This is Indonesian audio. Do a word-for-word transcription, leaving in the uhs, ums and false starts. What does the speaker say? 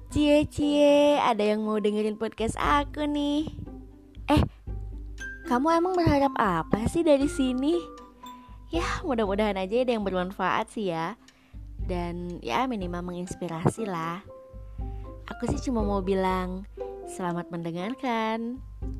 Cie-cie, ada yang mau dengerin podcast aku nih. Eh, kamu emang berharap apa sih dari sini? Ya, mudah-mudahan aja ada yang bermanfaat sih ya. Dan ya minimal menginspirasi lah. Aku sih cuma mau bilang selamat mendengarkan.